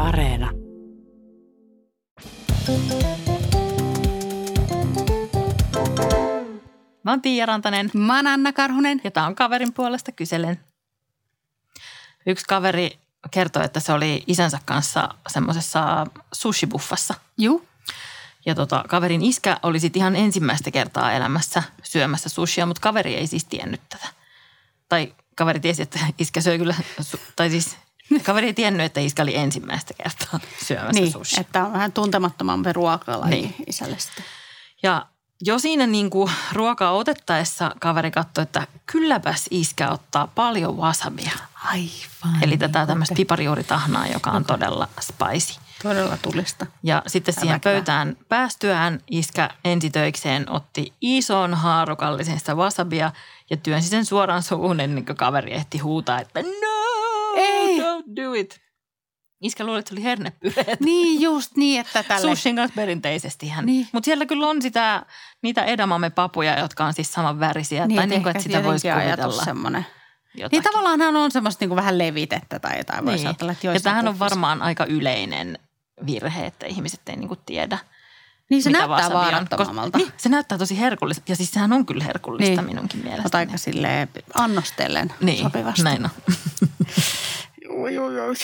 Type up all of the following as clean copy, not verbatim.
Areena. Mä oon Tiia Rantanen. Mä oon Anna Karhunen. Ja tää on Kaverin puolesta kyselen. Yksi kaveri kertoi, että se oli isänsä kanssa semmoisessa sushibuffassa. Juu. Ja kaverin iskä oli sitten ihan ensimmäistä kertaa elämässä syömässä sushia, mutta kaveri ei siis tiennyt tätä. Tai kaveri tiesi, että iskä söi kyllä, kaveri ei tiennyt, että iskä oli ensimmäistä kertaa syömässä sushia. Niin, että on vähän tuntemattomampi ruokalaji isälle sitten. Ja jo siinä ruokaa otettaessa kaveri katsoi, että kylläpäs iskä ottaa paljon wasabia. Aivan. Eli tätä tämmöistä piparijuuritahnaa, joka on todella spicy. Todella tulista. Ja sitten siihen pöytään päästyään iskä ensitöikseen otti ison haarukallisen sitä wasabia ja työnsi sen suoraan suuhun ennen kuin kaveri ehti huutaa, että no, ei. Don't do it. Iskä luuli, että se oli hernepyreet. Niin, just niin, että tälle. Sushin kanssa perinteisesti hän. Niin. Mutta siellä kyllä on niitä edamame-papuja, jotka on siis samanvärisiä. Niin, tai että sitä voisi kuvitella. Semmoinen. Jotakin. Niin tavallaan hän on semmoista vähän levitettä tai jotain. Voisi ajatella, että ja tämähän on varmaan aika yleinen virhe, että ihmiset ei tiedä. Niin se mitä näyttää vaarattomammalta. Niin, se näyttää tosi herkullista. Ja siis sehän on kyllä herkullista minunkin mielestäni. Mutta aika silleen annostellen sopivasti. Näin on. Joo.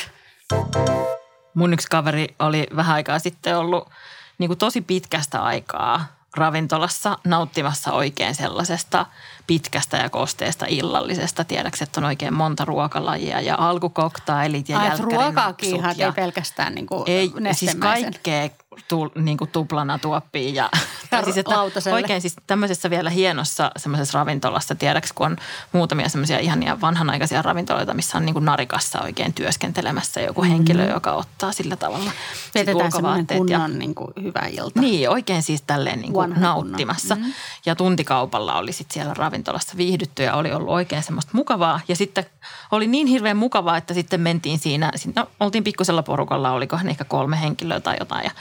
Mun yksi kaveri oli vähän aikaa sitten ollut tosi pitkästä aikaa ravintolassa nauttimassa oikein sellaisesta pitkästä ja kosteesta illallisesta. Tiedätkö, että on oikein monta ruokalajia ja alkukoktailit ja ruokaakin ihan ei pelkästään nestemäisen. Siis kaikkea tuplana tuoppii ja siis, oikein siis tämmöisessä vielä hienossa semmoisessa ravintolassa, tiedätkö, kun on muutamia semmoisia ihania vanhanaikaisia ravintoloita, missä on narikassa oikein työskentelemässä joku henkilö, joka ottaa sillä tavalla. Vedetään semmoinen kunnon hyvä ilta. Niin, oikein siis tälleen nauttimassa. Ja tuntikaupalla oli sitten siellä ravintolassa viihdytty ja oli ollut oikein semmoista mukavaa. Ja sitten oli niin hirveän mukavaa, että sitten mentiin siinä oltiin pikkusella porukalla, olikohan ehkä 3 henkilöä tai jotain ja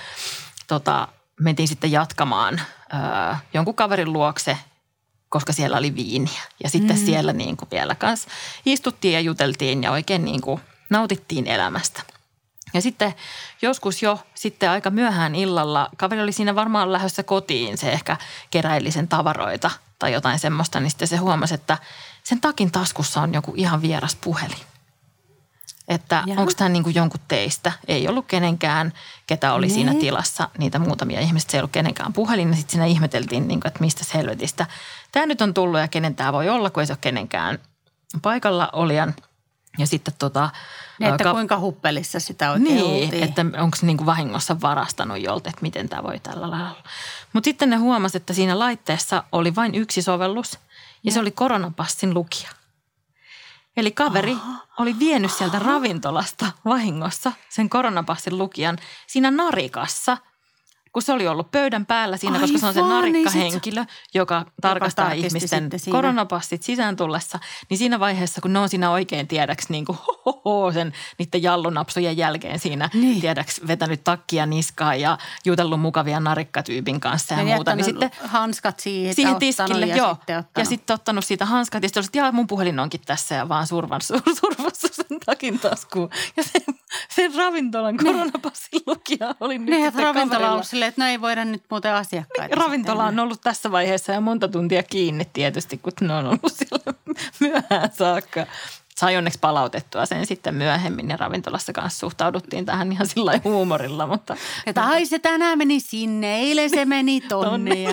mentiin sitten jatkamaan jonkun kaverin luokse, koska siellä oli viiniä. Ja sitten siellä vielä kanssa istuttiin ja juteltiin ja oikein nautittiin elämästä. Ja sitten joskus jo sitten aika myöhään illalla, kaveri oli siinä varmaan lähdössä kotiin, se ehkä keräili sen tavaroita tai jotain semmoista, niin sitten se huomasi, että sen takin taskussa on joku ihan vieras puhelin. Että onko tämä jonkun teistä? Ei ollut kenenkään, ketä oli siinä tilassa, niitä muutamia ihmisiä, se ei ollut kenenkään puhelin. Ja sitten siinä ihmeteltiin, että mistä helvetistä tämä nyt on tullut ja kenen tämä voi olla, kun ei se ole kenenkään paikalla olijan. Ja sitten että kuinka huppelissa sitä oikein oltiin. Että onko se vahingossa varastanut jolta, että miten tämä voi tällä lailla olla. Mutta sitten ne huomasi, että siinä laitteessa oli vain yksi sovellus ja se oli koronapassin lukija. Eli kaveri oli vienyt sieltä ravintolasta vahingossa sen koronapassin lukijan siinä narikassa, kun se oli ollut pöydän päällä siinä, koska se on se narikkahenkilö, joka tarkastaa ihmisten koronapassit sisään tullessa. Niin siinä vaiheessa, kun ne on siinä oikein tiedäks sen niiden jallunapsujen jälkeen siinä tiedäks vetänyt takkia niskaan ja jutellut mukavia narikkatyypin kanssa ja muuta. Niin sitten hanskat siihen tiskille, ja sitten ottanut siitä hanskat ja sitten olisit, että mun puhelin onkin tässä ja vaan survassut sen takin taskuun. Ja sen ravintolan koronapassin lukija oli nyt sitten ravintola on silleen, että no ei voida nyt muuten asiakkaita. Ravintola on ollut tässä vaiheessa ja monta tuntia kiinni tietysti, kun ne on ollut siellä myöhään saakka. Sai onneksi palautettua sen sitten myöhemmin ja ravintolassa kanssa suhtauduttiin tähän ihan sillä lailla huumorilla. Mutta että ai se tänään meni sinne, eilen se meni tonne.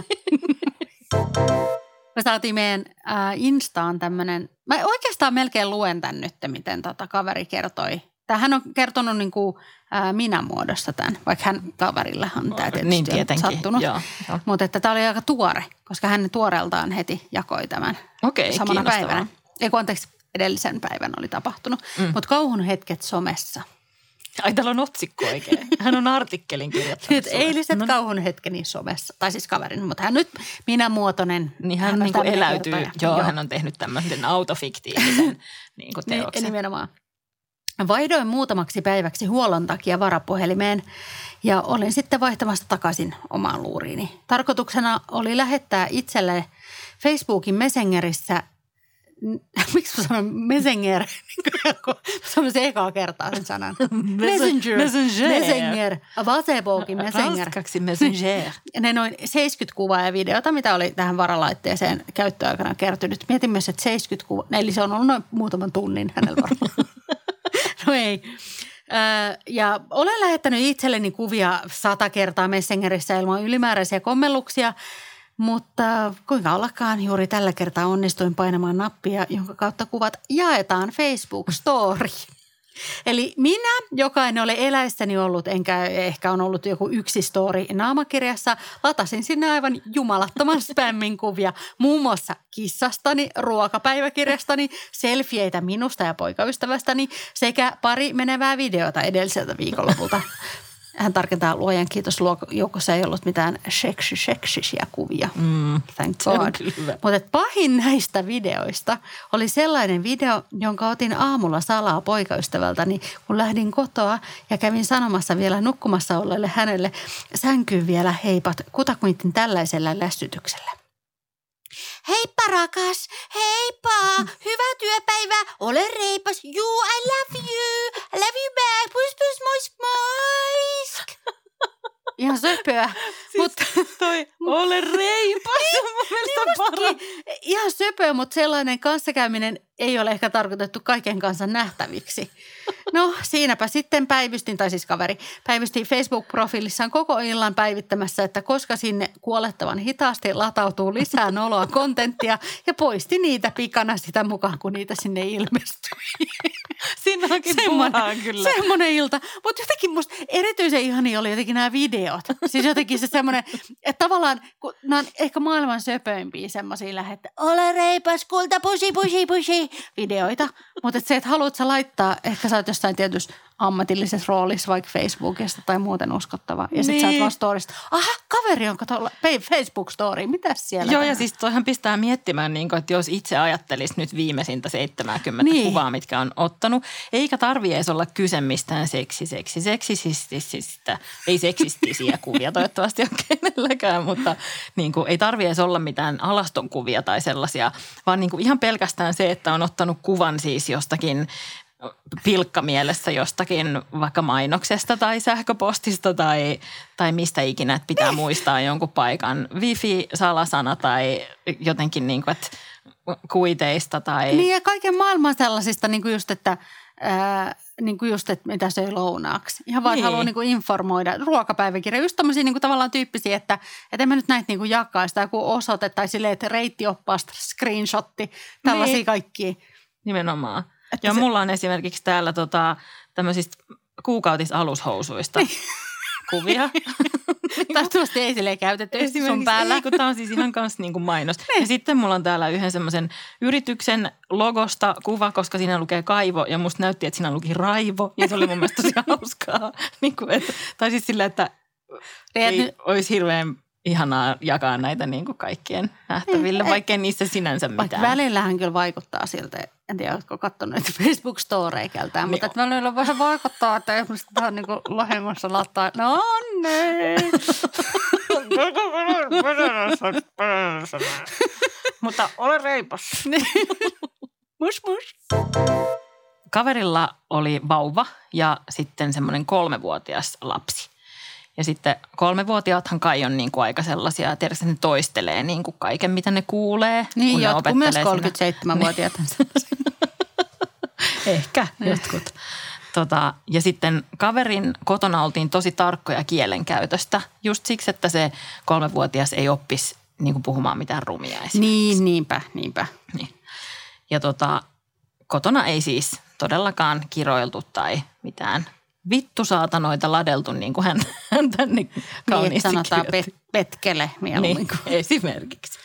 Me saatiin meidän Instaan tämmöinen, mä oikeastaan melkein luen tämän nyt, miten kaveri kertoi. Hän on kertonut minä-muodossa tämän, vaikka kaverillahan tämä tietysti on sattunut. Mutta että tämä oli aika tuore, koska hän tuoreeltaan heti jakoi tämän samana päivänä. Edellisen päivän oli tapahtunut. Mutta kauhun hetket somessa. Ai, täällä on otsikko oikein. Hän on artikkelin kirjoittanut. Eiliset kauhun hetkeni somessa. Tai siis kaverin, mutta hän nyt minämuotoinen. Niin hän eläytyy. Hän on tehnyt tämmöisen autofiktiivisen teoksen. Nimenomaan. Vaihdoin muutamaksi päiväksi huollon takia varapuhelimeen ja olin sitten vaihtamassa takaisin omaan luuriini. Tarkoituksena oli lähettää itselle Facebookin Messengerissä miksi mä sanon Messenger? Sanon se ekaa kertaa sen sanan. Messenger. WhatsAppikin Messenger. Ranskaksi Messenger. Ne noin 70 kuvaa ja videota, mitä oli tähän varalaitteeseen käyttöaikana kertynyt. Mietin myös, että 70 kuvaa, eli se on ollut noin muutaman tunnin hänellä varmaan. No ei. Ja olen lähettänyt itselleni kuvia 100 kertaa Messengerissä ilman ylimääräisiä kommelluksia, mutta kuinka ollakaan juuri tällä kertaa onnistuin painamaan nappia, jonka kautta kuvat jaetaan Facebook-story. Eli minä, joka en ole eläissäni ollut, enkä ehkä on ollut joku yksi story naamakirjassa, latasin sinne aivan jumalattoman spämmin kuvia, muun muassa kissastani, ruokapäiväkirjastani, selfieitä minusta ja poikaystävästäni sekä pari menevää videota edelliseltä viikonlopulta. Hän tarkentaa, luojan kiitos, joukossa ei ollut mitään seksisiä kuvia. Thank God. Mutta pahin näistä videoista oli sellainen video, jonka otin aamulla salaa poikaystävältäni, kun lähdin kotoa ja kävin sanomassa vielä nukkumassa olleelle hänelle sänkyyn vielä heipat kutakuintin tällaisella lässytyksellä. Heippa rakas, heippa, hyvää työpäivää, ole reipas, I love you back, pus, moisk. Ihan söpöä. Mutta toi ole reipas niin, ihan söpöä, mutta sellainen kanssakäyminen ei ole ehkä tarkoitettu kaiken kanssa nähtäviksi. No siinäpä sitten kaveri päivysti Facebook-profiilissaan koko illan päivittämässä, että koska sinne kuolettavan hitaasti latautuu lisää noloa kontenttia ja poisti niitä pikana sitä mukaan, kun niitä sinne ilmestyi. Siinä onkin puhaa kyllä. Semmoinen ilta. Mutta jotenkin musta erityisen ihania oli jotenkin nämä videot. Siis jotenkin se semmoinen, että tavallaan, kun nämä on ehkä maailman söpöimpiä semmoisia lähettä. Ole reipas, kulta, pusi videoita. Mutta se, että haluat sä laittaa, ehkä sä oot jossain tietysti ammatillisessa roolissa, vaikka Facebookista tai muuten uskottava. Ja sit sä oot vaan storista. Aha, kaveri on katolla Facebook-story. Mitäs siellä? Joo, ja siis toihan pistää miettimään, että jos itse ajattelisi nyt viimeisintä 70 kuvaa, mitkä on ottanut. Eikä tarvitse edes olla kyse mistään seksisistä, ei seksistisiä kuvia toivottavasti ole kenelläkään, mutta ei tarvitse edes olla mitään alaston kuvia tai sellaisia, vaan ihan pelkästään se, että on ottanut kuvan siis jostakin pilkkamielessä jostakin vaikka mainoksesta tai sähköpostista tai mistä ikinä, että pitää muistaa jonkun paikan wifi-salasana tai jotenkin että kuiteista tai... Niin ja kaiken maailman sellaisista just, että mitä söi lounaaksi. Ihan vaan haluaa informoida. Ruokapäiväkirja, just tämmöisiä tavallaan tyyppisiä, että en mä nyt näitä jakaa sitä joku osoite tai silleen, että reittioppaasta screenshotti, tällaisia kaikkia. Nimenomaan. Ja mulla on esimerkiksi täällä tämmöisistä kuukautisalushousuista kuvia. Toivottavasti ei silleen käytetty sun päällä. Ei, kun tää on siis ihan kanssa mainos. Ja sitten mulla on täällä yhden semmoisen yrityksen logosta kuva, koska siinä lukee Kaivo ja musta näytti, että siinä luki Raivo. Ja se oli mun mielestä tosi hauskaa. Tai siis silleen, että ei olisi hirveän ihanaa jakaa näitä kaikkien nähtäville, vaikkei niissä sinänsä mitään. Vaikka välillähän kyllä vaikuttaa siltä, en tiedä, oletko katsonut näitä Facebook-storeja keltään, mutta että välillä vähän vaikuttaa, että esimerkiksi tähän lahengossa lattaa, no niin. Mutta ole reipas. Mus. Kaverilla oli vauva ja sitten semmoinen 3-vuotias lapsi. Ja sitten 3-vuotiaathan kai on aika sellaisia, tiedätkö, ne toistelee kaiken, mitä ne kuulee. Niin, jotkut myös 37-vuotiaat. Ehkä jotkut. Ja sitten kaverin kotona oltiin tosi tarkkoja kielenkäytöstä. Just siksi, että se 3-vuotias ei oppisi puhumaan mitään rumia esimerkiksi. Niinpä. Niin. Ja kotona ei siis todellakaan kiroiltu tai mitään vittusaatanoita ladeltu, niin kuin hän tänne kauniisti niin, sanotaan petkele mieluummin. Niin, esimerkiksi.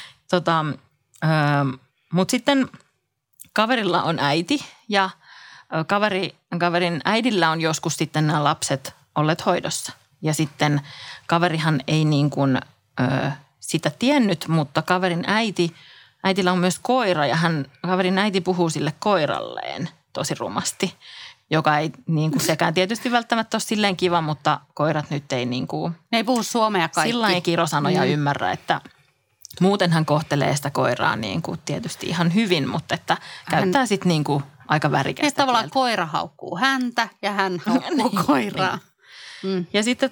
Mutta sitten kaverilla on äiti ja kaverin äidillä on joskus sitten nämä lapset olleet hoidossa. Ja sitten kaverihan ei sitä tiennyt, mutta kaverin äitillä on myös koira ja kaverin äiti puhuu sille koiralleen tosi rumasti. Joka ei sekään tietysti välttämättä ole silleen kiva, mutta koirat nyt ei ne ei puhu suomea kaikki. Sillain kirosanoja ymmärrä, että Muuten hän kohtelee sitä koiraa niin kuin tietysti ihan hyvin, mutta että käyttää sitten niin kuin aika värikästä kieltä. Tavallaan koira haukkuu häntä ja hän haukkuu koiraa. Niin. Ja sitten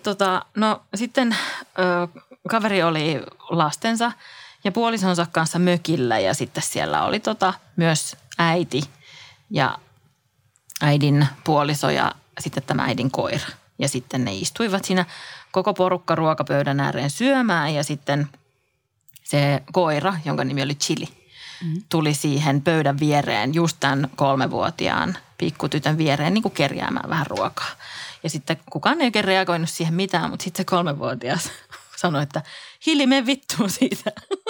kaveri oli lastensa ja puolisonsa kanssa mökillä ja sitten siellä oli myös äiti ja äidin puoliso ja sitten tämä äidin koira. Ja sitten ne istuivat siinä koko porukka ruokapöydän ääreen syömään ja sitten se koira, jonka nimi oli Chili, tuli siihen pöydän viereen just tämän 3-vuotiaan pikkutytön viereen niin kuin kerjäämään vähän ruokaa. Ja sitten kukaan ei oikein reagoinut siihen mitään, mutta sitten se 3-vuotias sanoi, että Hilli, mene vittuun siitä.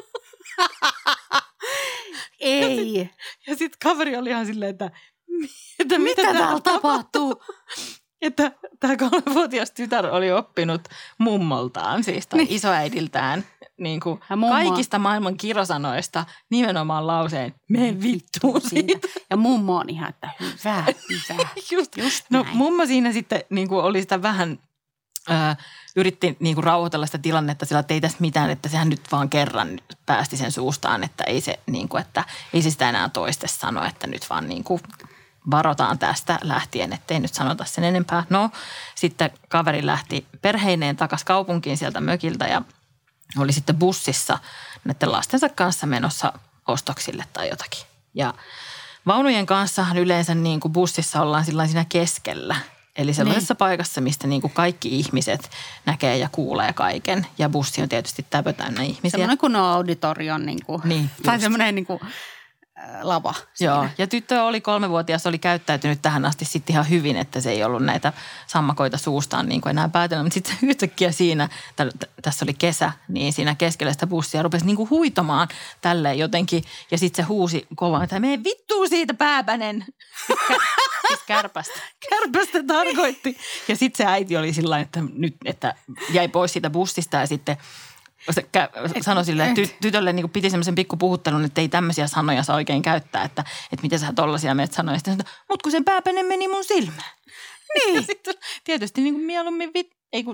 Ei. Ja sitten kaveri oli ihan silleen, että mitä täällä tapahtuu? Että tämä 3-vuotias tytär oli oppinut mummoltaan, siis tai isoäidiltään, niin kuin kaikista maailman kirosanoista nimenomaan lauseen, mene vittuun siitä. Ja mummo on ihan, että hyvä. Just no mummo siinä sitten niin kuin oli sitä vähän, yritti niin kuin rauhoitella sitä tilannetta sillä, että ei tässä mitään, että sehän nyt vaan kerran päästi sen suustaan, että ei se, niin kuin, että ei se sitä enää toiste sano, että nyt vaan niin kuin varotaan tästä lähtien, ettei nyt sanota sen enempää. No, sitten kaveri lähti perheineen takaisin kaupunkiin sieltä mökiltä ja oli sitten bussissa näiden lastensa kanssa menossa ostoksille tai jotakin. Ja vaunujen kanssahan yleensä niin kuin bussissa ollaan siinä keskellä. Eli sellaisessa paikassa, mistä niin kuin kaikki ihmiset näkee ja kuulee kaiken. Ja bussi on tietysti täynnä ihmisiä. Semmoinen kuin auditorion tai semmoinen niin kuin lava. Siinä. Joo, ja tyttö oli 3-vuotias, oli käyttäytynyt tähän asti sitten ihan hyvin, että se ei ollut näitä sammakoita suustaan niin kuin enää päätellyt. Mutta sitten yhtäkkiä siinä, tässä oli kesä, niin siinä keskellä sitä bussia rupesi niin kuin huitomaan tälleen jotenkin. Ja sitten se huusi kovaa, että mene vittuun siitä pääpänen. Siis kärpästä. Kärpästä tarkoitti. Ja sitten se äiti oli sillä että nyt, että jäi pois siitä bussista ja sitten sanoi silleen, että tytölle niin piti semmoisen pikkupuhuttelun, että ei tämmöisiä sanoja saa oikein käyttää, että miten sä tollaisia menet sanoja. Sitten sanoi, mutta kun sen pääpäne meni mun silmään. Niin. Ja sitten tietysti niin kuin mieluummin ei.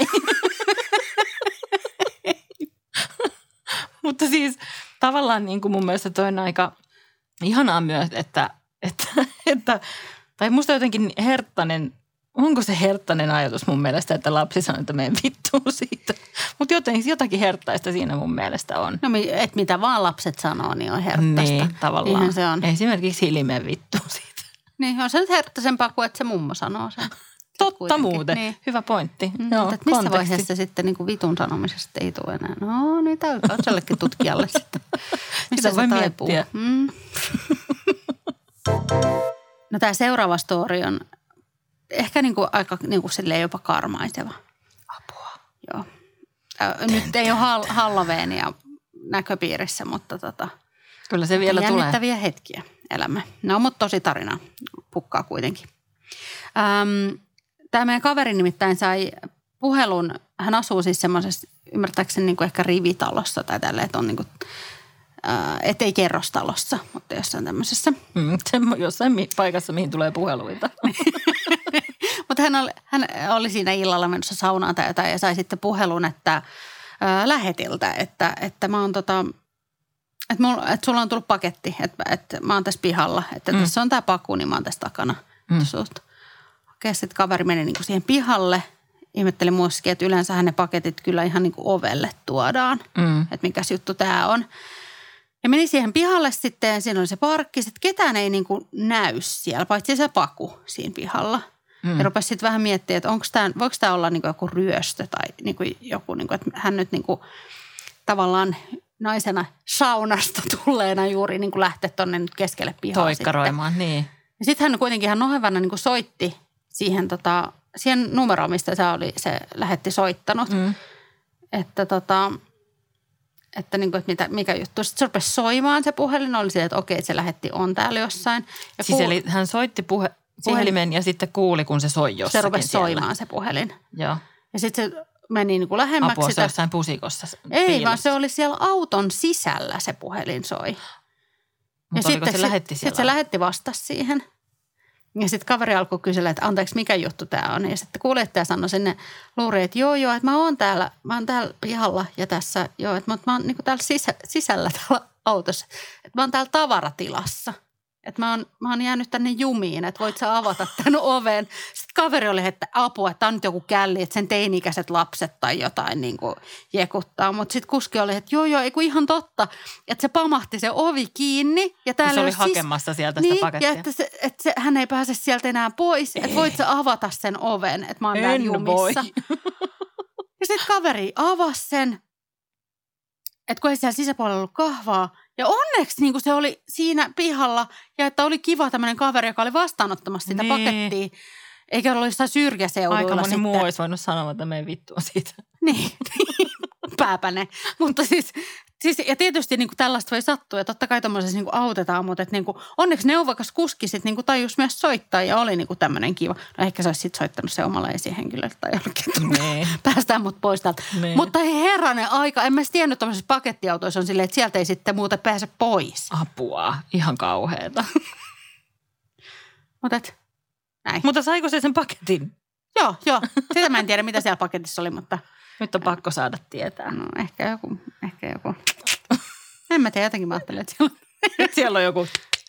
Mutta siis tavallaan niin kuin mun mielestä toi on aika ihanaa myös, että tai musta jotenkin herttainen. Onko se herttainen ajatus mun mielestä, että lapsi sanoo, että mene vittuun siitä? Mutta jotakin herttaista siinä mun mielestä on. No, että mitä vaan lapset sanoo, niin on herttaista. Niin, tavallaan. Niinhän se on. Esimerkiksi Hilli, mene vittuun siitä. Niin, on se nyt herttaisempaa kuin, että se mummo sanoo sen. Totta muuten. Niin. Hyvä pointti. Joo, että missä vaiheessa sitten niin kuin vitun sanomisesta ei tule enää? No, niin tämä on jollekin tutkijalle sitten. Missä sitä voi miettiä. No tämä seuraava story on ehkä niin kuin aika niin kuin silleen jopa karmaiseva. Apua. Joo. Nyt ei ole Halloweenia näköpiirissä, mutta kyllä se vielä tulee. Jännittäviä hetkiä elämä. No, mutta tosi tarina pukkaa kuitenkin. Tämä meidän kaveri nimittäin sai puhelun. Hän asuu siis semmoisessa, ymmärtääkseni niin kuin ehkä rivitalossa tai tälleen, että on niin kuin, ettei kerrostalossa, mutta jossain tämmöisessä. Jossain paikassa, mihin tulee puheluita. Mutta hän oli siinä illalla menossa saunaan tai jotain ja sai sitten puhelun, että lähetiltä, että mä oon että sulla on tullut paketti, että mä oon tässä pihalla, että tässä on tää paku, niin mä oon tässä takana. Okei, sitten kaveri meni niin kuin siihen pihalle, ihmetteli muissakin, että yleensähän ne paketit kyllä ihan niin kuin ovelle tuodaan, että mikäs juttu tää on. Ja meni siihen pihalle sitten ja siinä oli se parkki, että ketään ei niin kuin näy siellä, paitsi se paku siinä pihalla. Ja rupesi sitten vähän miettimään, että voiko tämä olla niin kuin joku ryöstö tai niin kuin joku, niin kuin, että hän nyt niin kuin tavallaan naisena saunasta tulleena juuri niin kuin lähtee tuonne nyt keskelle pihaa. Toikkaroimaan, sitten. Niin. Ja sitten hän kuitenkin ihan nohevana niin kuin soitti siihen numeroon, mistä se lähetti soittanut. Että niin kuin, että mikä juttu. Sitten se rupesi soimaan se puhelin. Oli se, että okei, se lähetti on täällä jossain. Ja siis eli hän soitti puhelimen ja sitten kuuli, kun se soi jossakin. Se rupesi soimaan se puhelin. Joo. Ja sitten se meni niin kuin lähemmäksi. Apua, se jossain pusikossa. Ei, vaan se oli siellä auton sisällä se puhelin soi. Mutta oliko se lähetti siellä? Sitten se lähetti vastasi siihen. Ja sitten kaveri alkoi kysellä, että anteeksi, mikä juttu tämä on. Ja sitten kuljettaja sanoi sinne luuriin, että joo, että mä oon täällä pihalla ja tässä, joo, että mä oon niin kuin täällä sisällä täällä autossa. Että mä oon täällä tavaratilassa. Että mä oon jäänyt tänne jumiin, että voit sä avata tämän oven. Sitten kaveri oli, että apua, että tää on nyt joku källi, että sen teini-ikäiset lapset tai jotain niin kuin jekuttaa. Mutta sitten kuski oli, että joo, ei kun ihan totta, että se pamahti se ovi kiinni. Ja se oli hakemassa sieltä sitä pakettia. Ja että hän ei pääse sieltä enää pois, että voit sä avata sen oven, että mä oon täällä jumissa. Ja sitten kaveri avasi sen, että kun ei siellä sisäpuolella ollut kahvaa. Ja onneksi niin kuin se oli siinä pihalla ja että oli kiva tämmöinen kaveri, joka oli vastaanottamassa sitä pakettia. Eikä ollut jossain syrjäseudulla aika moni sitten. muu olisi voinut sanoa, että mene vittua siitä. Niin, pääpäne. Mutta siis ja tietysti niin kuin tällaista voi sattua ja totta kai tommosessa niin kuin autetaan, mutta että niin kuin, onneksi neuvokas kuski sitten niin kuin tajus myös soittaa ja oli niin kuin tämmöinen kiva. No ehkä se olisi sitten soittanut se omalla esihenkilölle tai jollekin, päästään mut pois täältä. Mutta hei herranen aika, en mä tiennyt tommosessa pakettiautoissa on silleen, että sieltä ei sitten muuten pääse pois. Apua, ihan kauheeta. Mutta saiko se sen paketin? Joo. Sitä mä en tiedä, mitä siellä paketissa oli, mutta... Nyt on pakko saada tietää. No ehkä joku. En mä tiedä, jotenkin mä ajattelen, että siellä on. Siellä on joku.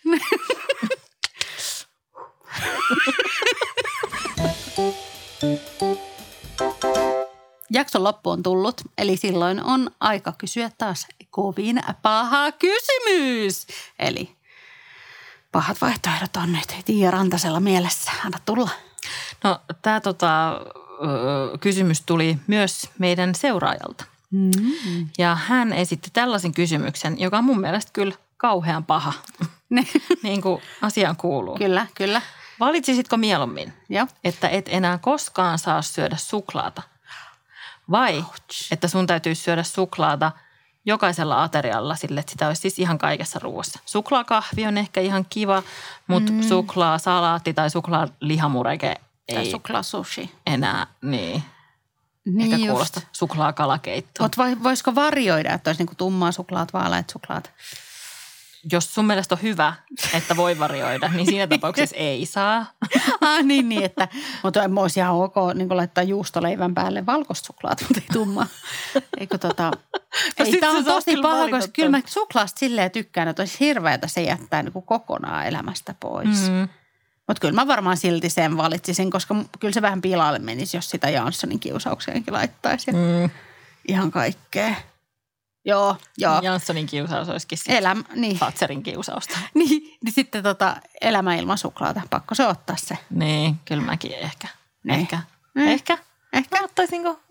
Jakson loppu on tullut, eli silloin on aika kysyä taas kovin paha kysymys. Eli pahat vaihtoehdot on nyt Tiia Rantasella mielessä. Anna tulla. No tämä kysymys tuli myös meidän seuraajalta. Mm-hmm. Ja hän esitti tällaisen kysymyksen, joka on mun mielestä kyllä kauhean paha. Niin kuin asiaan kuuluu. Kyllä. Valitsisitko mieluummin, että et enää koskaan saa syödä suklaata? Vai että sun täytyy syödä suklaata jokaisella aterialla sille, että sitä olisi siis ihan kaikessa ruoassa. Suklaakahvi on ehkä ihan kiva, mutta suklaasalaatti tai suklaalihamureke ei suklaasushi enää, niin ehkä kuulosta suklaakalakeittoa. Mutta voisiko varjoida, että olisi niinku tummaa suklaat, vaaleat suklaat? Jos sun mielestä on hyvä, että voi varjoida, niin siinä tapauksessa ei saa. Niin, että mutta olisi ihan ok niin laittaa juustoleivän päälle valkoista suklaat, mutta ei tummaa. Eikö ei, tämä on tosi paha, koska kyllä mä suklaasta silleen tykkään, että olisi hirveätä se jättää niin kuin kokonaan elämästä pois. Mutta kyllä mä varmaan silti sen valitsisin, koska kyllä se vähän pilalle menisi, jos sitä Janssonin kiusaukseenkin laittaisi. Ihan kaikkea. Joo. Janssonin kiusaus olisikin niin. Thatcherin kiusausta. niin sitten elämä ilman suklaata. Pakko se ottaa se. Niin, kyllä mäkin ehkä. Ehkä. Mä ottaisinko?